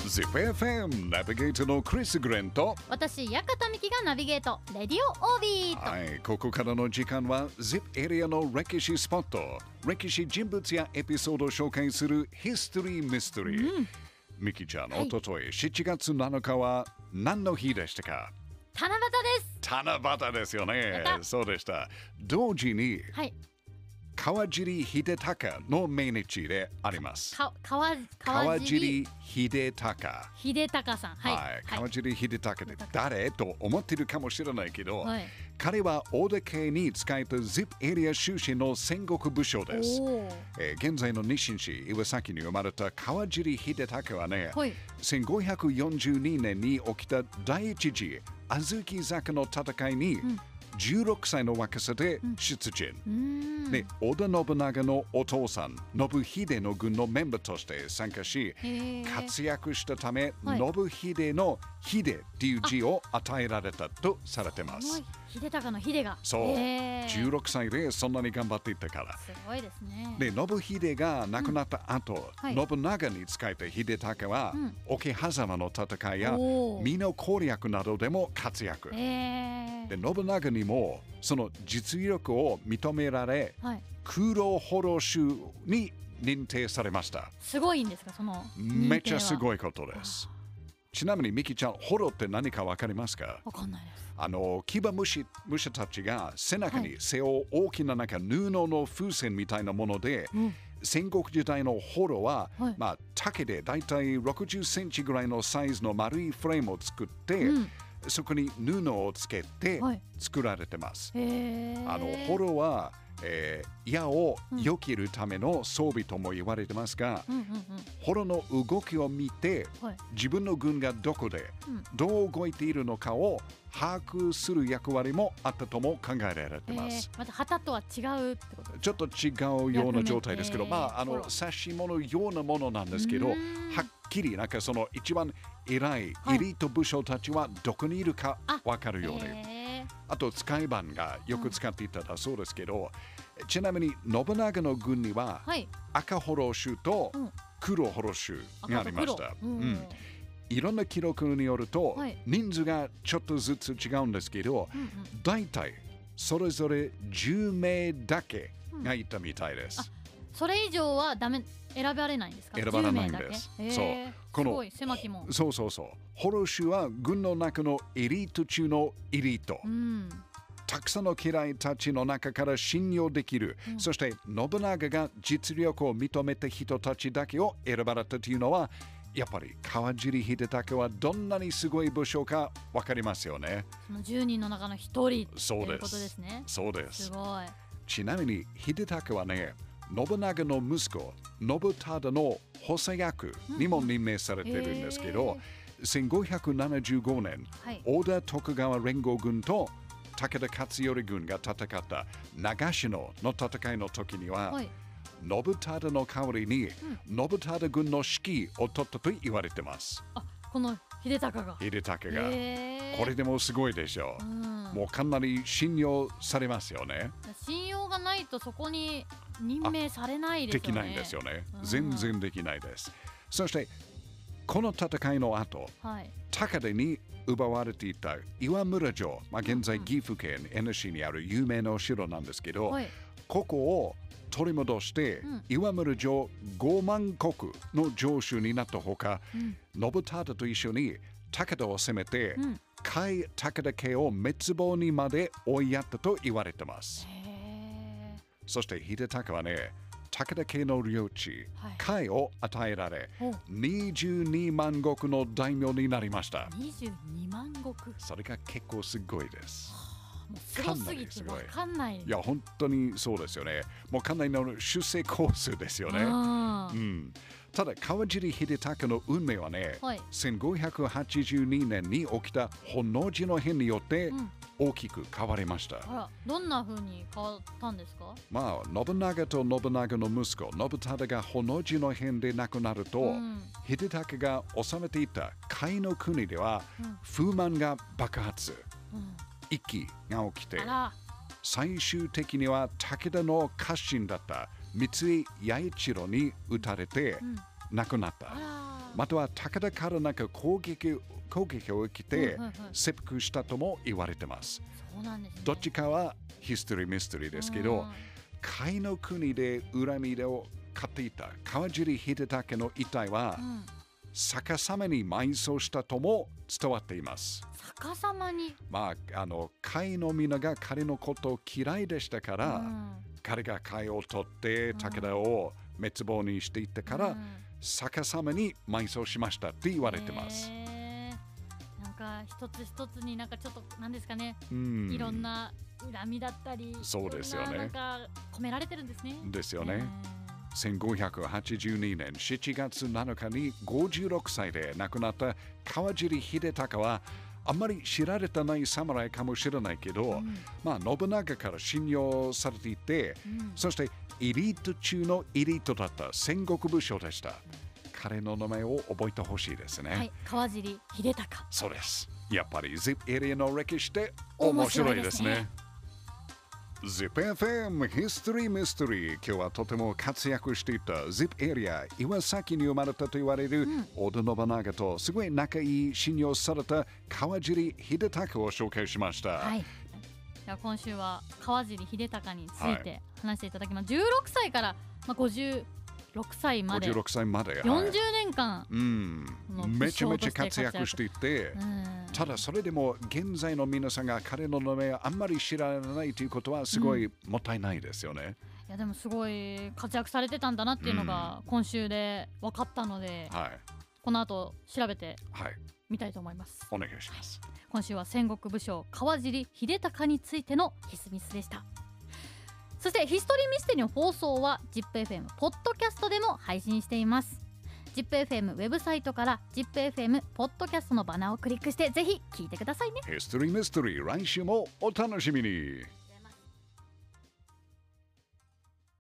ZIPFM ナビゲーターのクリス・グレンと私、館美希がナビゲート、レディオオービート。 はい、ここからの時間は ZIP エリアの歴史スポット、歴史人物やエピソードを紹介するヒストリー・ミステリー。ミキちゃん、おととい7月7日は何の日でしたか？ 七夕です。 七夕ですよね。そうでした。同時に、 はい。 川尻秀隆の命日であります。川尻秀隆。 秀隆さん。はい。 川尻秀隆って誰と思ってるかもしれないけど、 はい、 彼は大手家に仕えた ZIP エリア出身の戦国武将です。現在の日清市岩崎に生まれた川尻秀隆はね、 はい、 1542年に起きた第一次小豆坂の戦いに、16歳の若さで出陣、で織田信長のお父さん信秀の軍のメンバーとして参加し活躍したため、信秀の秀っていう字を与えられたとされてます。 秀隆の秀がそう、16歳でそんなに頑張っていったから。 すごいですね。 で信秀が亡くなった後、信長に仕えた秀隆は、桶狭間の戦いや美濃攻略などでも活躍、で信長にもその実力を認められ、空老捕虜衆に認定されました。 すごいんですか、その認定は。 めっちゃすごいことです。ちなみにミキちゃん、捕虜って何かわかりますか？ わかんないです。 騎馬武士たちが背中に背負う大きな布の風船みたいなもので、戦国時代の捕虜は、竹でだいたい60センチぐらいのサイズの丸いフレームを作って、そこに布をつけて作られてます。捕虜は、矢を避けるための装備とも言われてますが、捕虜の動きを見て、自分の軍がどこで、どう動いているのかを把握する役割もあったとも考えられてます。 また旗とは違うってことですか？ ちょっと違うような状態ですけど、指し物ようなものなんですけど、はっきりなんかその一番偉いエリート武将たちはどこにいるか分かるように。あと使い番がよく使っていただそうですけど、ちなみに信長の軍には赤捕虜衆と黒捕虜衆がありました。いろんな記録によると、人数がちょっとずつ違うんですけど、大体それぞれ10名だけがいたみたいです。 それ以上は選ばれないんですか？ 選ばれないんです。そう。 すごい狭き門。 そう。捕虜衆は軍の中のエリート中のエリート。たくさんの家来たちの中から信用できる、そして信長が実力を認めた人たちだけを選ばれたというのは、やっぱり川尻秀隆はどんなにすごい武将か分かりますよね。 その10人の中の1人ということですね。 そうです。 すごい。 ちなみに秀隆はね、信長の息子信忠の補佐役にも任命されているんですけど、1575年、織田徳川連合軍と武田勝頼軍が戦った長篠の戦いの時には、信忠の代わりに信忠軍の指揮を取ったと言われてます。 この秀隆が。 これでもすごいでしょう。もうかなり信用されますよね。 信用がないとそこに任命されないですよね。 できないんですよね。全然できないです。そしてこの戦いの後、高田に奪われていた岩村城、現在岐阜県恵那市にある有名なお城なんですけど、ここを取り戻して、岩村城5万石の城主になったほか、信忠と一緒に高田を攻めて、甲斐武田家を滅亡にまで追いやったと言われています。そして秀隆はね、武田家の領地、甲斐を与えられ、22万石の大名になりました。 22万石。 それが結構すごいです。 もうすごすぎて分かんない。 いや、本当にそうですよね。もうかなりの出世コースですよね。ただ、川尻秀隆の運命はね、1582年に起きた本能寺の変によって大きく変わりました。 どんな風に変わったんですか？ 信長と信長の息子、信忠が本能寺の変で亡くなると、秀隆が治めていた甲斐の国では、不満が爆発。一揆が起きて、最終的には武田の家臣だった三井弥一郎に撃たれて亡くなった。 または武田からなんか攻撃を受けて切腹したとも言われてます。 そうなんですね。 どっちかはヒストリーミステリーですけど、甲斐の国で恨みを買っていた川尻秀武の遺体は、逆さまに埋葬したとも伝わっています。 逆さまに、 まあ、甲斐の皆が彼のことを嫌いでしたから、彼が甲斐を取って武田を滅亡にしていったから、逆さまに埋葬しましたって言われてます。 なんか一つ一つになんかちょっと何ですかね、いろんな恨みだったり、 そうですよね。 なんか込められてるんですね。 ですよね。1582年7月7日に56歳で亡くなった川尻秀武はあんまり知られてない侍かもしれないけど、まあ信長から信用されていて、そしてエリート中のエリートだった戦国武将でした。彼の名前を覚えてほしいですね。 はい、川尻秀武。 そうです。やっぱり ZIP エリアの歴史って面白いですね。ZIPFM History Mystery 今日はとても活躍していた ZIP エリア岩崎に生まれたと言われる織田信長とすごい仲いい信用された川尻秀武を紹介しました。 はい、では今週は川尻秀武について話していただきます。16歳から56歳まで 56歳まで 40年間、 めちゃめちゃ活躍していて、ただそれでも現在の皆さんが彼の名前をあんまり知らないということはすごいもったいないですよね。 いやでもすごい活躍されてたんだなっていうのが今週で分かったので、この後調べてみたいと思います。 お願いします。 今週は戦国武将川尻秀武についてのヒスミスでした。そしてヒストリーミステリーの放送は ZIPFM ポッドキャストでも配信しています。 ZIPFM ウェブサイトから ZIPFM ポッドキャストのバナーをクリックしてぜひ聞いてくださいね。 ヒストリーミステリー来週もお楽しみに。